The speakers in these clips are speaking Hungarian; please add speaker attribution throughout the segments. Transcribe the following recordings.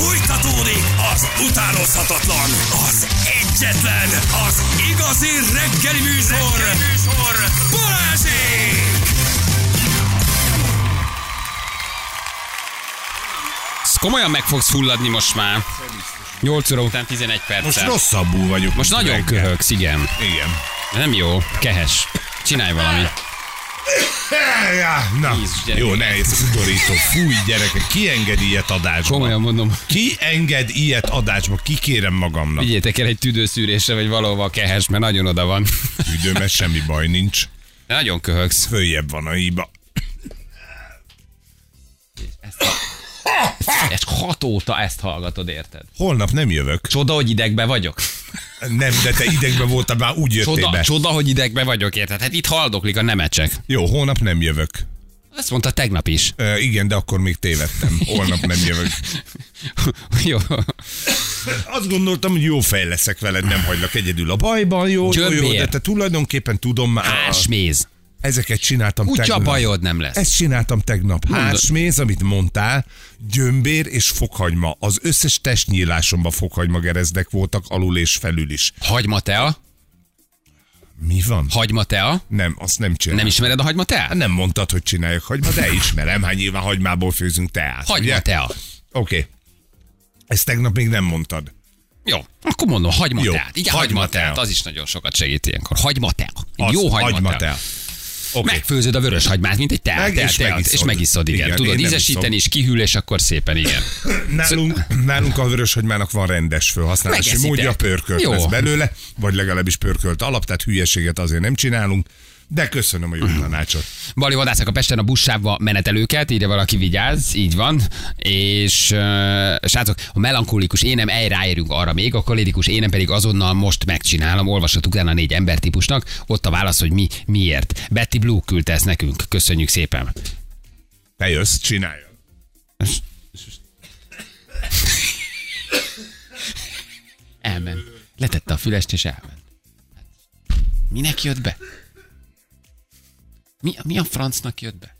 Speaker 1: Fújtatódik az utánozhatatlan, az egyetlen, az igazi reggeli műsor, Balázsék!
Speaker 2: Komolyan meg fogsz fulladni most már. 8 óra után 11 perccel.
Speaker 3: Most rosszabbul vagyok.
Speaker 2: Most nagyon
Speaker 3: reggel.
Speaker 2: köhögsz, igen.
Speaker 3: Igen.
Speaker 2: Nem jó, kehes. Csinálj valamit.
Speaker 3: Na,
Speaker 2: Jézus, gyerek.
Speaker 3: jó, nehéz, udorító. Fúj, gyerekek, ki enged ilyet adásba?
Speaker 2: Komolyan mondom.
Speaker 3: Ki enged ilyet adásba? Kikérem magamnak.
Speaker 2: Vigyétek el egy tüdőszűrésre, vagy valahova kehes, mert nagyon oda van.
Speaker 3: Üdöm, semmi baj nincs.
Speaker 2: De nagyon köhögsz.
Speaker 3: Följebb van a hiba.
Speaker 2: És 6 óta ezt hallgatod, érted?
Speaker 3: Holnap nem jövök.
Speaker 2: Csoda, hogy idegbe vagyok.
Speaker 3: Nem, de te idegben voltál, már úgy jöttél be.
Speaker 2: Csoda, hogy idegbe vagyok, érted? Hát itt haldoklik a nemecsek.
Speaker 3: Jó, holnap nem jövök.
Speaker 2: Ezt mondta tegnap is.
Speaker 3: Igen, de akkor még tévedtem. Holnap nem jövök.
Speaker 2: Jó.
Speaker 3: Azt gondoltam, hogy jó fej leszek veled, nem hagylak egyedül a bajban, jó, de te tulajdonképpen tudom már.
Speaker 2: Hásméz.
Speaker 3: Ezeket csináltam
Speaker 2: Kutya
Speaker 3: tegnap.
Speaker 2: bajod nem lesz.
Speaker 3: Ezt csináltam tegnap. Hásméz, amit mondtál, gyömbér és fokhagyma. Az összes testnyílásomban fokhagymagerezdek voltak alul és felül is.
Speaker 2: Hagymatea?
Speaker 3: Mi van?
Speaker 2: Hagymatea?
Speaker 3: Nem, azt nem csinálom.
Speaker 2: Nem ismered a hagymateát?
Speaker 3: Nem mondtad, hogy csináljak hagyma, de ismerem. Hát nyilván hagymából főzünk teát.
Speaker 2: Hagymatea.
Speaker 3: Oké. Ezt tegnap még nem mondtad.
Speaker 2: Jó, akkor mondom, hagymateát.
Speaker 3: Jó,
Speaker 2: Igen,
Speaker 3: hagymatea.
Speaker 2: hagymateát, az is nagyon sokat segít ilyenkor. Hagymatea.
Speaker 3: Az,
Speaker 2: Jó
Speaker 3: hagymatea.
Speaker 2: hagymatea.
Speaker 3: Okay.
Speaker 2: Megfőzöd a vörös hagymát, mint egy teát, és megiszod, igen.
Speaker 3: Igen,
Speaker 2: Tudod
Speaker 3: én nem
Speaker 2: ízesíteni,
Speaker 3: iszom.
Speaker 2: és kihűl, és akkor szépen, igen.
Speaker 3: Nálunk a vöröshagymának van rendes felhasználási
Speaker 2: Megeszitek.
Speaker 3: módja, pörkölt
Speaker 2: Jó.
Speaker 3: lesz belőle, vagy legalábbis pörkölt alap, tehát hülyeséget azért nem csinálunk, de köszönöm a jó tanácsot.
Speaker 2: Bali vadászok a Pesten a buszsávba menetelőket, írja valaki, vigyázz, így van. És srácok, a melankolikus énem, ráérünk arra még, a kolérikus énem pedig azonnal most megcsinálom, olvashatok utána 4 embertípusnak, ott a válasz, hogy miért. Betty Blue küldte ezt nekünk, köszönjük szépen.
Speaker 3: Te jössz, csináljad.
Speaker 2: Elment. Letette a fülest és elment. Minek jött be? Mi a francnak jött be?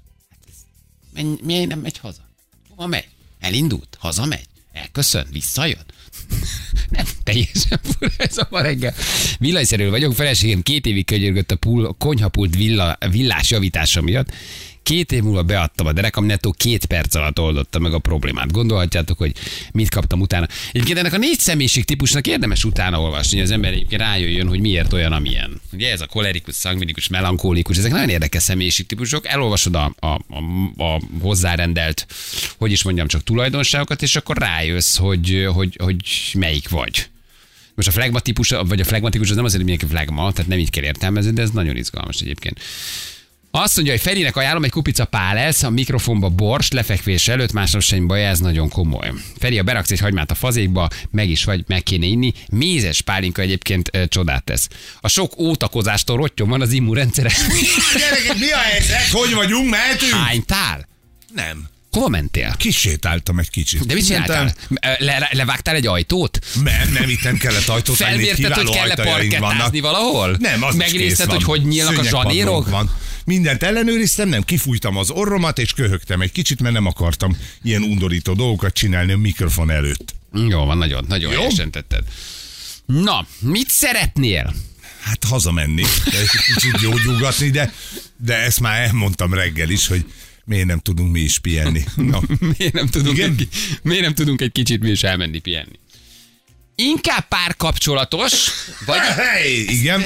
Speaker 2: Miért nem megy haza? Hova megy? Elindult? Hazamegy? Elköszön? Visszajön? Nem, teljesen fura ez a ma reggel. Villanyszerelő vagyok, feleségem 2 évig könyörgött a konyhapult villás javítása miatt. 2 év múlva beadtam a derekam, nettó 2 perc alatt oldotta meg a problémát. Gondolhatjátok, hogy mit kaptam utána. Egyébként ennek a 4 személyiség típusnak érdemes utána olvasni, hogy az ember egyébként rájöjjön, hogy miért olyan, amilyen. Ugye ez a kolerikus, szangvinikus, melankólikus, ezek nagyon érdekes személyiség típusok. Elolvasod a hozzárendelt, hogy is mondjam, csak tulajdonságokat, és akkor rájössz, hogy melyik vagy. Most a flegmatikus, vagy a flegmatikus az nem azért, hogy mindenki flegma, tehát nem így kell értelmezni, de ez nagyon izgalmas egyébként. Azt mondja, hogy Ferinek ajánlom egy kupica pálesz, a mikrofonba borst, lefekvés előtt, másnap sem baj, ez nagyon komoly. Feri, ha beraksz egy hagymát a fazékba, meg is vagy, meg kéne inni. Mézes pálinka egyébként csodát tesz. A sok ótakozástól rottyom van az immunrendszere.
Speaker 3: Gyerekek, mi a helyzet? Hogy vagyunk? Mehetünk?
Speaker 2: Hánytál?
Speaker 3: Nem.
Speaker 2: Hova mentél?
Speaker 3: Kisétáltam egy kicsit.
Speaker 2: De mit csináltál? Levágtál egy ajtót?
Speaker 3: Nem, itt nem kellett ajtót venni,
Speaker 2: Felmérted, hogy kell-e parkettázni valahol?
Speaker 3: Nem, az
Speaker 2: megnézted, hogy nyílnak a zsanérok?
Speaker 3: Van. Mindent ellenőriztem, nem kifújtam az orromat, és köhögtem egy kicsit, mert nem akartam ilyen undorító dolgokat csinálni a mikrofon előtt.
Speaker 2: Jó van, nagyon helyesen tetted. Na, mit szeretnél?
Speaker 3: Hát hazamenni, egy kicsit gyógyugatni, de ezt már elmondtam reggel is, hogy miért nem tudunk mi is pihenni. No.
Speaker 2: miért nem tudunk egy kicsit mi is elmenni pihenni? Inkább párkapcsolatos, vagy...
Speaker 3: Hey, igen.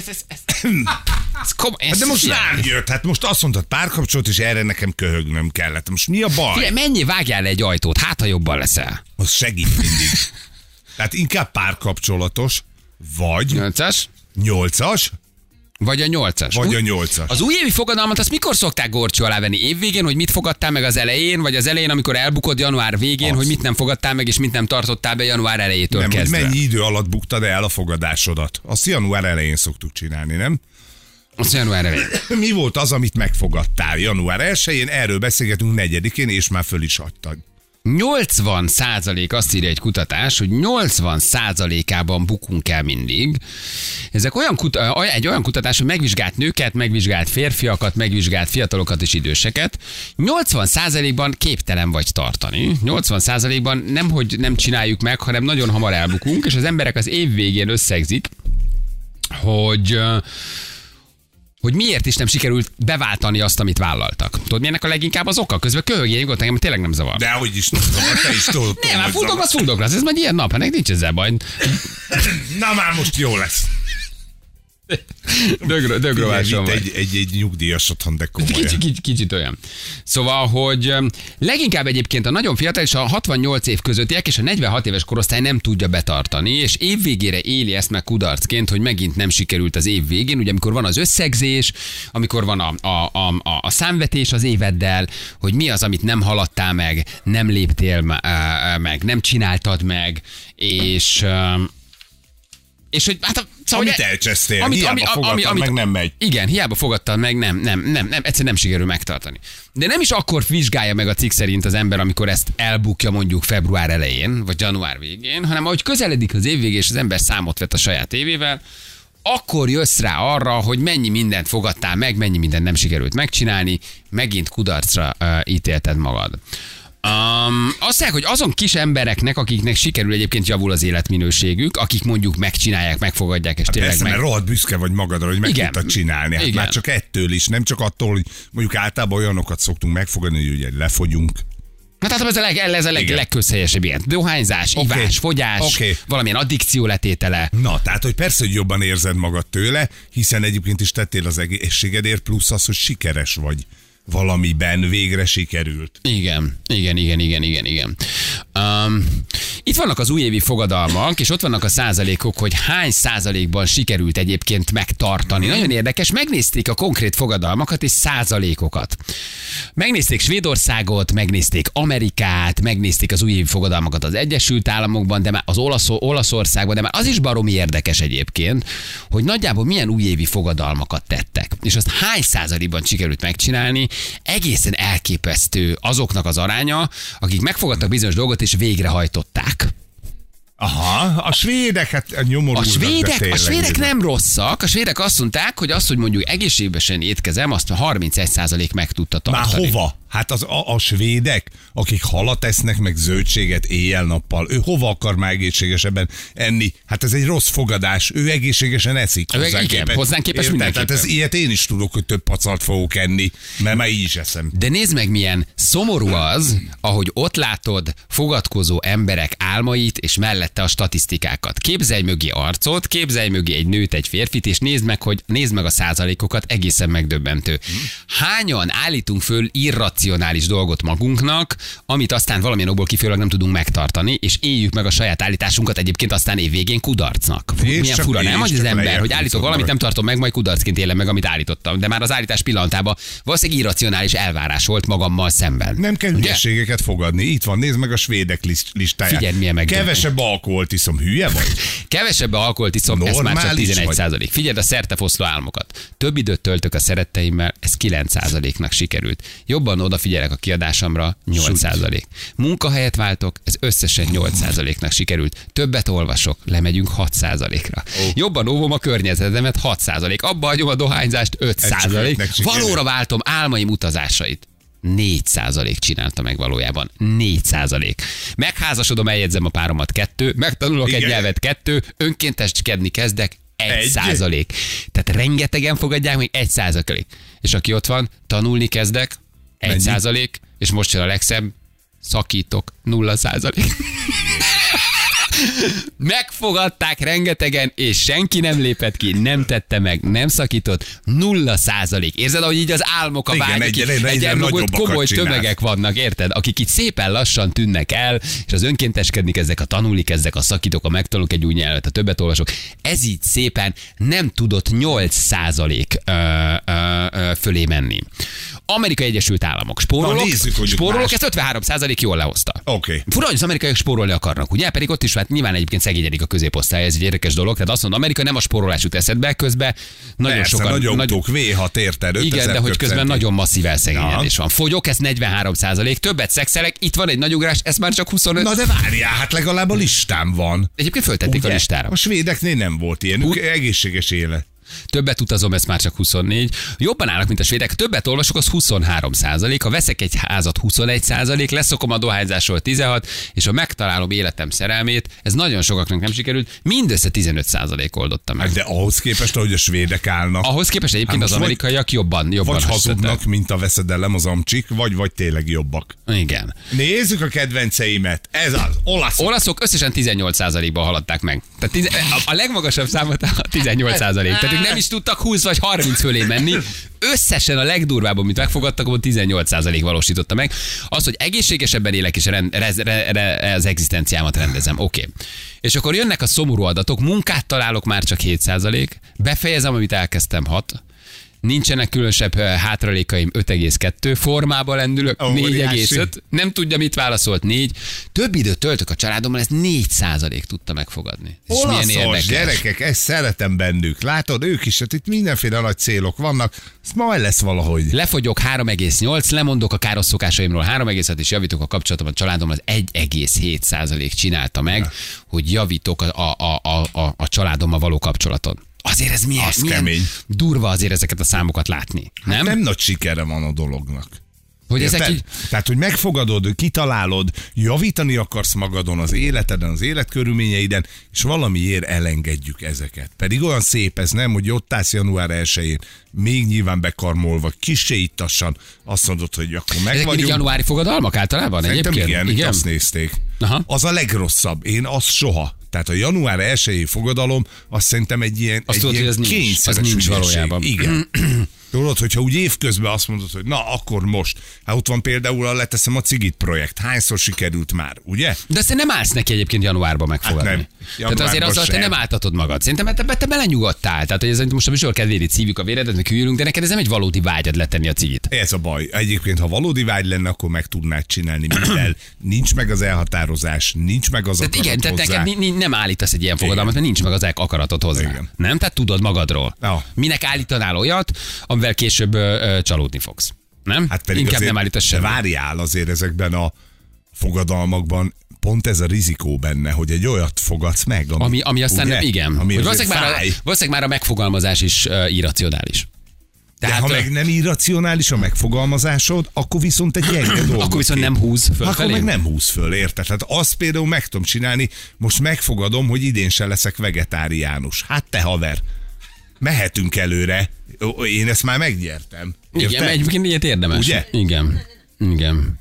Speaker 2: Ez
Speaker 3: de most rám jött, hát most azt mondtad párkapcsolat, és erre nekem köhögnöm kellett. Most mi a baj?
Speaker 2: Figyelj, mennyi vágjál le egy ajtót, hát ha jobban leszel.
Speaker 3: Az segít mindig. Tehát inkább párkapcsolatos, vagy...
Speaker 2: 8-as?
Speaker 3: 8-as?
Speaker 2: Vagy a 8-as.
Speaker 3: Vagy a 8-as.
Speaker 2: Az újévi fogadalmat azt mikor szokták górcső alá venni? Évvégén, hogy mit fogadtál meg az elején, vagy az elején, amikor elbukod január végén, hogy mit nem fogadtál meg, és mit nem tartottál be január elejétől
Speaker 3: nem,
Speaker 2: kezdve?
Speaker 3: Mennyi idő alatt buktad el a fogadásodat? Azt január elején szoktuk csinálni, nem?
Speaker 2: Azt január elején.
Speaker 3: Mi volt az, amit megfogadtál január 1-én? Erről beszélgetünk 4-én, és már föl is hagytad.
Speaker 2: 80% azt írja egy kutatás, hogy 80%-ában bukunk el mindig. Ezek egy olyan kutatás, hogy megvizsgált nőket, megvizsgált férfiakat, megvizsgált fiatalokat és időseket. 80%-ban képtelen vagy tartani. 80%-ban nemhogy nem csináljuk meg, hanem nagyon hamar elbukunk, és az emberek az év végén összegzik, hogy miért is nem sikerült beváltani azt, amit vállaltak. Tudod, mi ennek a leginkább az oka? Közben köhögjél nyugodtan, engem tényleg nem zavar.
Speaker 3: De hogy is nem zavar, te is tudod.
Speaker 2: Nem, már fuldok lesz, ez majd ilyen nap, ennek nincs ezzel baj.
Speaker 3: Na már most jó lesz.
Speaker 2: Dögrovásom
Speaker 3: vagy. Egy nyugdíjas otthon, de komolyan.
Speaker 2: Kicsit olyan. Szóval, hogy leginkább egyébként a nagyon fiatal és a 68 év közöttiek és a 46 éves korosztály nem tudja betartani, és évvégére éli ezt meg kudarcként, hogy megint nem sikerült az év végén, ugye amikor van az összegzés, amikor van a számvetés az éveddel, hogy mi az, amit nem haladtál meg, nem léptél meg, nem csináltad meg, és hogy hát szóval,
Speaker 3: amit elcsesztél, hiába fogadtad meg, nem megy.
Speaker 2: Igen, hiába fogadtad meg, nem, egyszerűen nem sikerül megtartani. De nem is akkor vizsgálja meg a cikk szerint az ember, amikor ezt elbukja mondjuk február elején, vagy január végén, hanem ahogy közeledik az év végé, és az ember számot vet a saját évével, akkor jössz rá arra, hogy mennyi mindent fogadtál meg, mennyi mindent nem sikerült megcsinálni, megint kudarcra ítélted magad. Azt mondják, hogy azon kis embereknek, akiknek sikerül egyébként javul az életminőségük, akik mondjuk megcsinálják, megfogadják, és tényleg
Speaker 3: persze, mert rohadt büszke vagy magadra, hogy meg tudtad csinálni. Hát
Speaker 2: igen.
Speaker 3: Már csak ettől is, nem csak attól, hogy mondjuk általában olyanokat szoktunk megfogadni, hogy ugye lefogyunk.
Speaker 2: Hát ez a legközhelyesebb ilyen. Dohányzás, ivás, fogyás, valamilyen addikció letétele.
Speaker 3: Na, tehát, hogy persze, hogy jobban érzed magad tőle, hiszen egyébként is tettél az egészségedért, plusz az, hogy sikeres vagy. Valamiben végre sikerült.
Speaker 2: Igen. Itt vannak az újévi fogadalmak, és ott vannak a százalékok, hogy hány százalékban sikerült egyébként megtartani. Nagyon érdekes, megnézték a konkrét fogadalmakat és százalékokat. Megnézték Svédországot, megnézték Amerikát, megnézték az újévi fogadalmakat az Egyesült Államokban, de már az Olaszországban, de már az is baromi érdekes egyébként, hogy nagyjából milyen újévi fogadalmakat tettek. És azt hány százalékban sikerült megcsinálni, egészen elképesztő azoknak az aránya, akik megfogadtak bizonyos dolgot és végrehajtották.
Speaker 3: Aha, a svédek, hát nyomorulnak.
Speaker 2: A svédek nem rosszak. A svédek azt mondták, hogy azt, hogy mondjuk egészségesen étkezem, azt a 31% meg tudta tartani.
Speaker 3: Már hova? Hát a svédek, akik halat esznek, meg zöldséget éjjel-nappal, ő hova akar már egészségesebben enni? Hát ez egy rossz fogadás, ő egészségesen eszik.
Speaker 2: Hozzánk képest mindenképpen.
Speaker 3: Tehát ez ilyet én is tudok, hogy több pacalt fogok enni, mert már így is eszem.
Speaker 2: De nézd meg, milyen szomorú az, ahogy ott látod fogadkozó emberek álmait, és mellette a statisztikákat. Képzelj mögé arcot, képzelj mögé egy nőt, egy férfit, és nézd meg a százalékokat, egészen megdöbbentő. Hányan állítunk föl irracionális dolgot magunknak, amit aztán valamilyen okból kifejezőleg nem tudunk megtartani, és éljük meg a saját állításunkat egyébként aztán évvégén kudarcnak. Milyen fura, nem? Az ember, hogy állítok valamit, nem tartom meg, majd kudarcként élem meg, amit állítottam. De már az állítás pillanatában valószínűleg irracionális elvárás volt magammal szemben.
Speaker 3: Nem kell hülyeségeket fogadni. Itt van, nézd meg a svédek listáját.
Speaker 2: Figyelj, milyen megdöbbentő.
Speaker 3: Kevesebb alkoholt iszom, hülye vagy?
Speaker 2: Kevesebb alkoholt iszom, ez már csak 11%. Figyeld a szertefoszló álmokat. Több időt töltök a szeretteimmel, ez 9%-nak sikerült. Jobban odafigyelek a kiadásomra, 8%. Munkahelyet váltok, ez összesen 8%-nak sikerült. Többet olvasok, lemegyünk 6%-ra. Jobban óvom a környezetemet, 6%. Abba hagyom a dohányzást, 5%. Valóra váltom álmaim utazásait. 4% csinálta meg valójában. 4%. Megházasodom, eljegyzem a páromat 2, megtanulok egy nyelvet 2, önkénteskedni kezdek 1%. Tehát rengetegen fogadják még 1%. És aki ott van, tanulni kezdek 1%, és most jön a legszebb, szakítok 0%. Megfogadták rengetegen, és senki nem lépett ki, nem tette meg, nem szakított, 0%. Érzed, hogy így az álmok, a vágyak, egy komoly tömegek vannak, érted? Akik itt szépen lassan tűnnek el, és az önkénteskedni kezdek, a tanulni kezdek, a szakítok, a megtanulok egy új nyelvet, a többet olvasok. Ez így szépen nem tudott 8% fölé menni. Amerikai Egyesült Államok. Spórolók,
Speaker 3: nézzük, hogy
Speaker 2: spórolók ezt 53% jól lehozta.
Speaker 3: Oké.
Speaker 2: Fura, hogy az amerikaiak spórolni akarnak, ugye? Pedig ott is hát nyilván egyébként szegényedik a középosztály, ez egy érdekes dolog. Tehát azt mondom, Amerika nem a spórolás jut eszedbe, közben nagyon
Speaker 3: Persze,
Speaker 2: sokan.
Speaker 3: nagy autók, V6, érted?
Speaker 2: Igen, de hogy közben nagyon masszív elszegényedés van. Fogyok, ez 43%, többet szexelek, itt van egy nagy ugrás, ez már csak 25.
Speaker 3: Na de várjál, hát legalább a listán van.
Speaker 2: Egyébként föltették a
Speaker 3: Ugye?
Speaker 2: listára.
Speaker 3: A svédeknél nem volt ilyen, ők egészséges élet.
Speaker 2: Többet utazom, ez már csak 24. Jobban állnak, mint a svédek. Többet olvasok, az 23%. Ha veszek egy házat, 21%. Leszokom a dohányzásról 16%. És ha megtalálom életem szerelmét, ez nagyon sokaknak nem sikerült, mindössze 15% oldotta meg.
Speaker 3: Hát de ahhoz képest, ahogy a svédek állnak.
Speaker 2: Ahhoz képest egyébként
Speaker 3: Hát
Speaker 2: az
Speaker 3: most
Speaker 2: amerikaiak jobban
Speaker 3: Vagy
Speaker 2: használtak.
Speaker 3: hazudnak, mint a veszedelem az amcsik, vagy tényleg jobbak.
Speaker 2: Igen.
Speaker 3: Nézzük a kedvenceimet. Ez az, olaszok.
Speaker 2: Olaszok összesen 18%-ban haladták meg. Tehát a legmagasabb számot a 18%. Tehát ők nem is tudtak 20 vagy 30 fölé menni. Összesen a legdurvább, amit megfogadtak, abban 18% valósította meg. Az, hogy egészségesebben élek és az egzisztenciámat rendezem. Oké. És akkor jönnek a szomorú adatok, munkát találok már csak 7%, befejezem, amit elkezdtem 6%, nincsenek különösebb hátralékaim 5,2, formába lendülök 4,5, nem tudja, mit válaszolt 4, több időt töltök a családommal, ezt 4% tudta megfogadni. Ez
Speaker 3: Olaszos gyerekek, ezt szeretem bennük. Látod, ők is, hát itt mindenféle nagy célok vannak, ez majd lesz valahogy.
Speaker 2: Lefogyok 3,8, lemondok a káros szokásaimról 3,6, és javítok a kapcsolatomat a családommal, az 1,7% csinálta meg, hogy javítok a családommal való kapcsolaton. Azért ez milyen
Speaker 3: kemény.
Speaker 2: Durva azért ezeket a számokat látni, nem?
Speaker 3: Hát nem nagy sikere van a dolognak.
Speaker 2: Hogy ezek így...
Speaker 3: Tehát, hogy megfogadod, kitalálod, javítani akarsz magadon, az életeden, az életkörülményeiden, és valamiért elengedjük ezeket. Pedig olyan szép ez, nem, hogy ott állsz január 1-én, még nyilván bekarmolva, kissé ittassan, azt mondod, hogy akkor meg
Speaker 2: Ezek mindig
Speaker 3: vagyunk.
Speaker 2: januári fogadalmak általában
Speaker 3: Szerintem
Speaker 2: egyébként?
Speaker 3: igen, azt nézték.
Speaker 2: Aha.
Speaker 3: Az a legrosszabb. Én azt soha. Tehát a január 1-i fogadalom, azt szerintem egy ilyen,
Speaker 2: Azt tudod, hogy az nincs.
Speaker 3: kényszeres
Speaker 2: Az nincs
Speaker 3: hülyeség.
Speaker 2: valójában.
Speaker 3: Igen. Tudod, hogyha úgy évközben azt mondod, hogy na, akkor most. Hát ott van például a Leteszem a cigit projekt. Hányszor sikerült már, ugye?
Speaker 2: De azt nem állsz neki egyébként januárban megfogadni.
Speaker 3: Hát nem.
Speaker 2: Tehát azért
Speaker 3: Januárban
Speaker 2: azzal te
Speaker 3: sem.
Speaker 2: nem áltatod magad. Szerintem te belenyugodtál. Tehát, hogy ez most a műsor kedvéért szívjuk a véredet, meg hűlünk, de neked ez nem egy valódi vágyad letenni a cigit.
Speaker 3: Ez a baj. Egyébként, ha valódi vágy lenne, akkor meg tudnád csinálni mivel. Nincs meg az elhatározás, nincs meg az
Speaker 2: Tehát
Speaker 3: akarat
Speaker 2: igen, tehát
Speaker 3: hozzá.
Speaker 2: neked nem állítasz egy ilyen fogadalmat, mert nincs meg az akaratod hozzá.
Speaker 3: Igen.
Speaker 2: Nem? Tehát tudod magadról.
Speaker 3: Ja.
Speaker 2: Minek állítanál olyat, amivel később csalódni fogsz. Nem?
Speaker 3: Hát pedig
Speaker 2: Inkább
Speaker 3: azért,
Speaker 2: nem állítasz
Speaker 3: de
Speaker 2: semmit.
Speaker 3: várjál azért ezekben a fogadalmakban, pont ez a rizikó benne, hogy egy olyat fogadsz meg,
Speaker 2: Ami aztán
Speaker 3: ugye?
Speaker 2: nem, igen.
Speaker 3: Ami
Speaker 2: Hogy
Speaker 3: azért
Speaker 2: valószínűleg már a megfogalmazás is irracionális.
Speaker 3: De ha meg nem irracionális a megfogalmazásod, akkor viszont egy gyenge dolgot
Speaker 2: akkor viszont
Speaker 3: kép.
Speaker 2: nem húz fölfelé.
Speaker 3: Akkor meg nem húz föl, érted? Tehát azt például meg tudom csinálni, most megfogadom, hogy idén se leszek vegetáriánus. Hát te haver, mehetünk előre. Én ezt már megnyertem.
Speaker 2: Igen,
Speaker 3: Érted?
Speaker 2: egyébként ilyet érdemes.
Speaker 3: Ugye?
Speaker 2: Igen.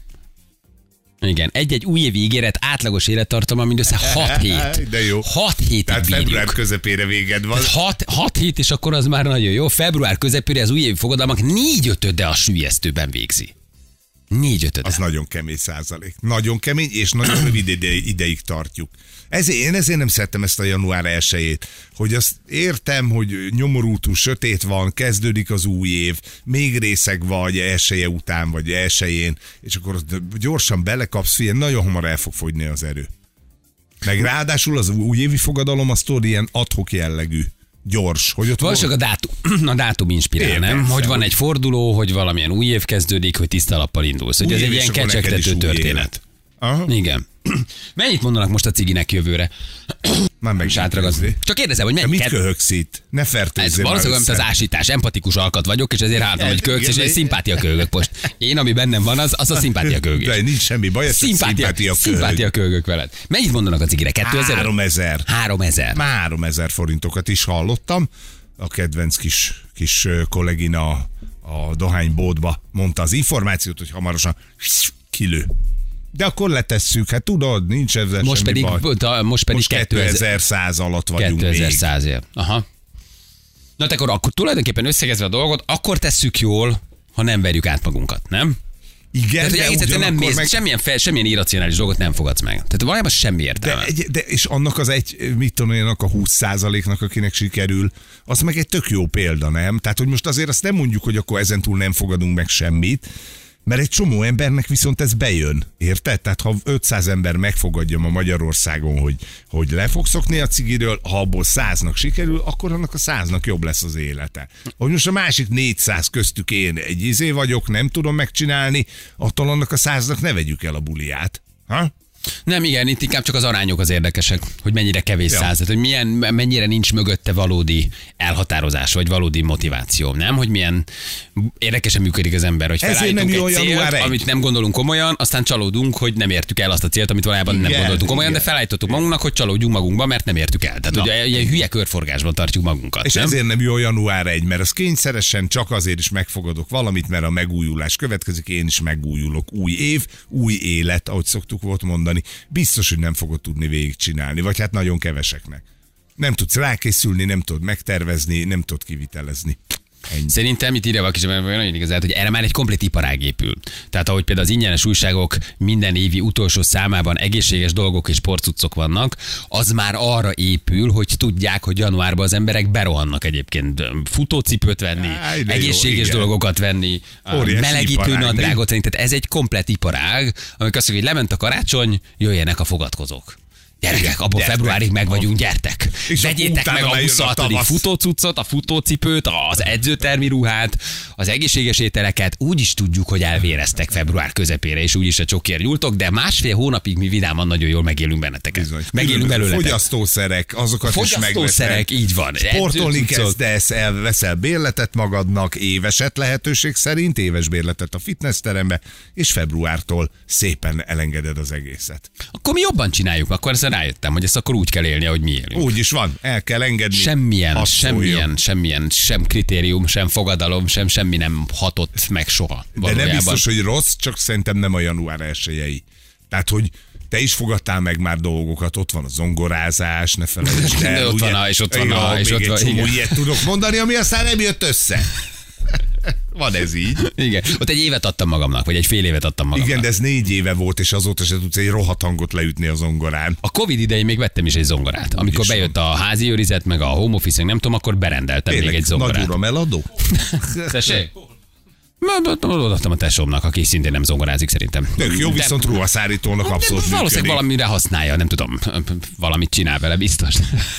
Speaker 2: Igen, egy-egy újévi ígéret átlagos élettartama mindössze 6 hét.
Speaker 3: De jó.
Speaker 2: 6 hétig
Speaker 3: Tehát február
Speaker 2: bírjuk.
Speaker 3: közepére véged van.
Speaker 2: 6 hét, és akkor az már nagyon jó. Február közepére az újévi fogadalmak 4/5 a süllyesztőben végzi. 4/5.
Speaker 3: Az nagyon kemény százalék. Nagyon kemény, és nagyon rövid ideig tartjuk. Én ezért nem szerettem ezt a január 1-ét, hogy azt értem, hogy nyomorútú, sötét van, kezdődik az új év, még részeg vagy elsője után, vagy elsőjén, és akkor gyorsan belekapsz, figyelj, nagyon hamar el fog fogyni az erő. Meg ráadásul az újévi fogadalom, az tudod, ilyen ad-hoc jellegű. Gyors, hogy ott
Speaker 2: Valószínűleg a dátum inspirál, nem?
Speaker 3: Persze,
Speaker 2: Hogy van
Speaker 3: hogy-
Speaker 2: egy forduló, hogy valamilyen új év kezdődik, hogy tiszta lappal indulsz. Hogy
Speaker 3: Új
Speaker 2: ez
Speaker 3: év,
Speaker 2: egy
Speaker 3: és
Speaker 2: ilyen
Speaker 3: akkor neked is
Speaker 2: kecsegtető
Speaker 3: új
Speaker 2: történet.
Speaker 3: élet. Aha.
Speaker 2: Igen. Mennyit mondanak most a ciginek jövőre?
Speaker 3: Már meg
Speaker 2: Sátragaz. Csak kérdezem, hogy
Speaker 3: Mit
Speaker 2: mennyit
Speaker 3: köhögsz itt? Ne
Speaker 2: Ez
Speaker 3: fertőzzél már
Speaker 2: valószínűleg mint az
Speaker 3: össze.
Speaker 2: ásítás, empatikus alkat vagyok, és ezért álltam, hogy köhögsz, és
Speaker 3: Igen,
Speaker 2: egy szimpátia köhögök most. Én, ami bennem van, az a szimpátia köhögés.
Speaker 3: De nincs semmi baj, ez
Speaker 2: Szimpátia köhögök veled. Mennyit mondanak a cigire? 2000?
Speaker 3: 3000.
Speaker 2: 3000.
Speaker 3: Már 3000 forintokat is hallottam. A kedvenc kis kollégina a dohányboltba mondta az információt, hogy hamarosan kilő. De akkor letesszük, hát tudod, nincs ezzel
Speaker 2: Most
Speaker 3: semmi
Speaker 2: pedig,
Speaker 3: baj.
Speaker 2: most pedig
Speaker 3: Most 2100 alatt vagyunk
Speaker 2: 2100 ér. Aha. Na te akkor tulajdonképpen összegezve a dolgot, akkor tesszük jól, ha nem verjük át magunkat, nem?
Speaker 3: Igen,
Speaker 2: Tehát, hogy
Speaker 3: de
Speaker 2: egész egyszerűen nem
Speaker 3: ugyanakkor
Speaker 2: mész, semmilyen irracionális dolgot nem fogadsz meg. Tehát valójában semmi értelme.
Speaker 3: de és annak az mit tudom én, annak a 20%-nak, akinek sikerül, az meg egy tök jó példa, nem? Tehát, hogy most azért azt nem mondjuk, hogy akkor ezentúl nem fogadunk meg semmit, mert egy csomó embernek viszont ez bejön, érted? Tehát ha 500 ember megfogadja ma Magyarországon, hogy le fog szokni a cigiről, ha abból 100-nak sikerül, akkor annak a 100-nak jobb lesz az élete. Hogy most a másik 400 köztük én egy vagyok, nem tudom megcsinálni, attól annak a 100-nak ne vegyük el a buliát. Ha?
Speaker 2: Nem, igen, itt inkább csak az arányok az érdekesek, hogy mennyire kevés száz, hogy mennyire nincs mögötte valódi elhatározás, vagy valódi motiváció, nem? Hogy milyen érdekesen működik az ember, hogy felállítunk egy célt, amit nem gondolunk komolyan, aztán csalódunk, hogy nem értük el azt a célt, amit valójában nem gondoltunk komolyan, de felállítottuk magunknak, hogy csalódjunk magunkba, mert nem értük el. Tehát ugye ilyen hülye körforgásban tartjuk magunkat.
Speaker 3: És
Speaker 2: nem?
Speaker 3: ezért nem jó január 1, mert az kényszeresen csak azért is megfogadok valamit, mert a megújulás következik, én is megújulok. Új év, új élet, ahogy szoktuk volt mondani. Biztos, hogy nem fogod tudni végigcsinálni, vagy hát nagyon keveseknek. Nem tudsz rákészülni, nem tudod megtervezni, nem tudod kivitelezni. Ennyi.
Speaker 2: Szerintem itt írja valaki, mert nagyon igaz, hogy erre már egy komplet iparág épül. Tehát ahogy például az ingyenes újságok minden évi utolsó számában egészséges dolgok és sportcuccok vannak, az már arra épül, hogy tudják, hogy januárban az emberek berohannak egyébként futócipőt venni, egészséges dolgokat venni, melegítő nadrágot venni. Tehát ez egy komplet iparág, amikor azt mondjuk, hogy lement a karácsony, jöjjenek a fogadkozók. Gyerekek, abból februárig meg vagyunk, gyertek. Vegyétek meg a 26. futócuccot, a futócipőt, az edzőtermi ruhát, az egészséges ételeket. Úgy is tudjuk, hogy elvéreztek február közepére, és úgyis a csokért nyúltok, de másfél hónapig mi vidáman nagyon jól megélünk benneteket. Megélünk belőletek.
Speaker 3: Fogyasztószerek, azokat is
Speaker 2: megveszed. Így van.
Speaker 3: Sportolni kezdesz, veszel bérletet magadnak, éveset lehetőség szerint, éves bérletet a fitnessterembe, és februártól szépen elengeded az egészet.
Speaker 2: Akkor mi jobban csináljuk, akkor rájöttem, hogy ezt akkor úgy kell élni, ahogy mi élünk.
Speaker 3: Úgy is van, el kell engedni.
Speaker 2: Semmilyen, sem kritérium, sem fogadalom, semmi nem hatott meg soha.
Speaker 3: De nem biztos, hogy rossz, csak szerintem nem a január 1-jei. Tehát, hogy te is fogadtál meg már dolgokat, ott van a zongorázás, ne felejtsd el.
Speaker 2: Ott van, és ott van.
Speaker 3: És ott van, ilyet tudok mondani, ami aztán nem jött össze. Van ez így.
Speaker 2: Igen, ott egy évet adtam magamnak, vagy egy fél évet adtam magamnak.
Speaker 3: Igen, de ez 4 éve volt, és azóta se tudsz egy rohadt hangot leütni a zongorán.
Speaker 2: A Covid idején még vettem is egy zongorát. Amikor bejött a házi őrizet, meg a home office, nem tudom, akkor berendeltem még egy zongorát.
Speaker 3: Nagy uram eladó?
Speaker 2: Tessék? Odaadtam a tesómnak, aki szintén nem zongorázik szerintem.
Speaker 3: Tök jó, viszont ruhaszárítónak abszolút
Speaker 2: valószínűleg valamire használja, nem tudom, valamit csinál vele, biztos.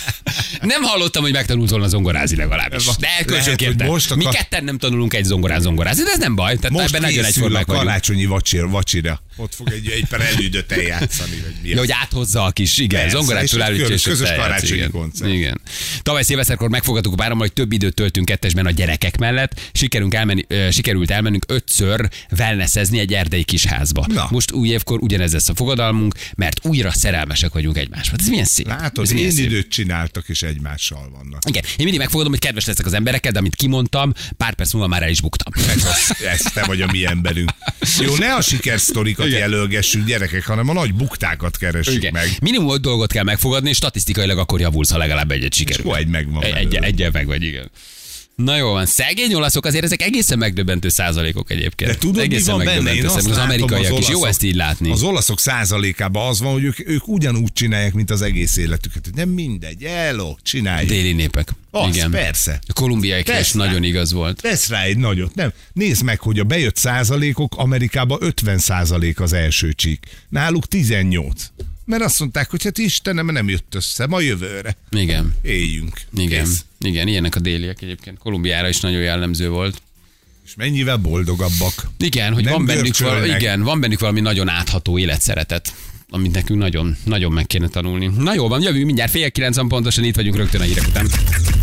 Speaker 2: Nem hallottam, hogy megtanult volna zongorázni legalábbis. De elkölcsönkérte. Mi ketten nem tanulunk egy zongorán zongorázni, de ez nem baj. Tehát
Speaker 3: most készül a karácsonyi vacsira. Ott fog egy per elődöt eljátszani.
Speaker 2: Ja, hogy áthozza a kis, igen, zongorától elütse, és
Speaker 3: közös karácsonyi koncert.
Speaker 2: Igen. Tavaly szilveszterkor megfogadtuk a párommal, hogy több időt töltünk kettesben a gyerekek mellett. Sikerült elmennünk 5-ször wellnessezni egy erdei kis házba. Na. Most új évkor ugyanez lesz a fogadalmunk, mert újra szerelmesek vagyunk egymásba. Ez milyen szép.
Speaker 3: Látod, én időt csináltak, és egymással vannak.
Speaker 2: Igen, én mindig megfogadom, hogy kedves leszek az emberekkel, de amit kimondtam, pár perc múlva már el is buktam.
Speaker 3: Ez te vagy a mi emberünk. Jó, ne a sikersztorikat jelölgessük, gyerekek, hanem a nagy buktákat keressük meg.
Speaker 2: Minimum 5 dolgot kell megfogadni, és statisztikailag akkor javulsz, ha legalább egyet sikerül.
Speaker 3: És egy megvan.
Speaker 2: Egyel meg vagy, igen. Na jó van, szegény olaszok, azért ezek egészen megdöbbentő százalékok egyébként.
Speaker 3: De tudod, egészen mi van benne? Én
Speaker 2: az amerikaiak is, jó ezt így látni.
Speaker 3: Az olaszok százalékában az van, hogy ők ugyanúgy csinálják, mint az egész életüket. Nem mindegy, csináljuk.
Speaker 2: Déli népek. Igen.
Speaker 3: Persze.
Speaker 2: A kolumbiaiak is nagyon igaz volt.
Speaker 3: Vesz rá egy nagyot, nem? Nézd meg, hogy a bejött százalékok Amerikában 50% az első csík. Náluk 18. Mert azt mondták, hogy hát Istenem, nem jött össze, ma jövőre.
Speaker 2: Igen.
Speaker 3: Éljünk.
Speaker 2: Igen. Kész. Igen, ilyenek a déliek egyébként. Kolumbiára is nagyon jellemző volt.
Speaker 3: És mennyivel boldogabbak.
Speaker 2: Igen, hogy van bennük valami nagyon átható életszeretet, amit nekünk nagyon, nagyon meg kéne tanulni. Na jó van, jövünk mindjárt 8:30 pontosan, itt vagyunk rögtön a hírek után.